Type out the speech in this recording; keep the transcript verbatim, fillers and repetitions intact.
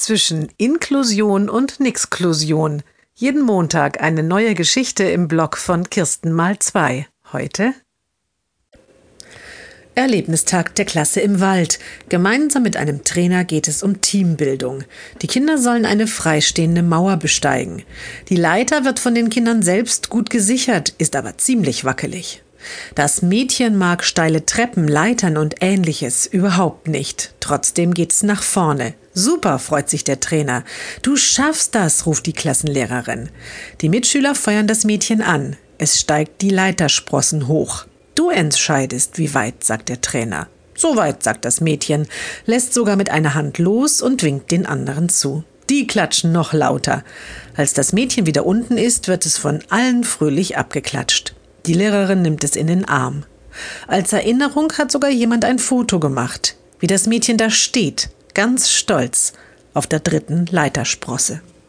zwischen Inklusion und Nixklusion. Jeden Montag eine neue Geschichte im Blog von Kirsten mal zwei. Heute Erlebnistag der Klasse im Wald. Gemeinsam mit einem Trainer geht es um Teambildung. Die Kinder sollen eine freistehende Mauer besteigen. Die Leiter wird von den Kindern selbst gut gesichert, ist aber ziemlich wackelig. Das Mädchen mag steile Treppen, Leitern und Ähnliches überhaupt nicht. Trotzdem geht's nach vorne. Super, freut sich der Trainer. Du schaffst das, ruft die Klassenlehrerin. Die Mitschüler feuern das Mädchen an. Es steigt die Leitersprossen hoch. Du entscheidest, wie weit, sagt der Trainer. So weit, sagt das Mädchen, lässt sogar mit einer Hand los und winkt den anderen zu. Die klatschen noch lauter. Als das Mädchen wieder unten ist, wird es von allen fröhlich abgeklatscht. Die Lehrerin nimmt es in den Arm. Als Erinnerung hat sogar jemand ein Foto gemacht, wie das Mädchen da steht, ganz stolz, auf der dritten Leitersprosse.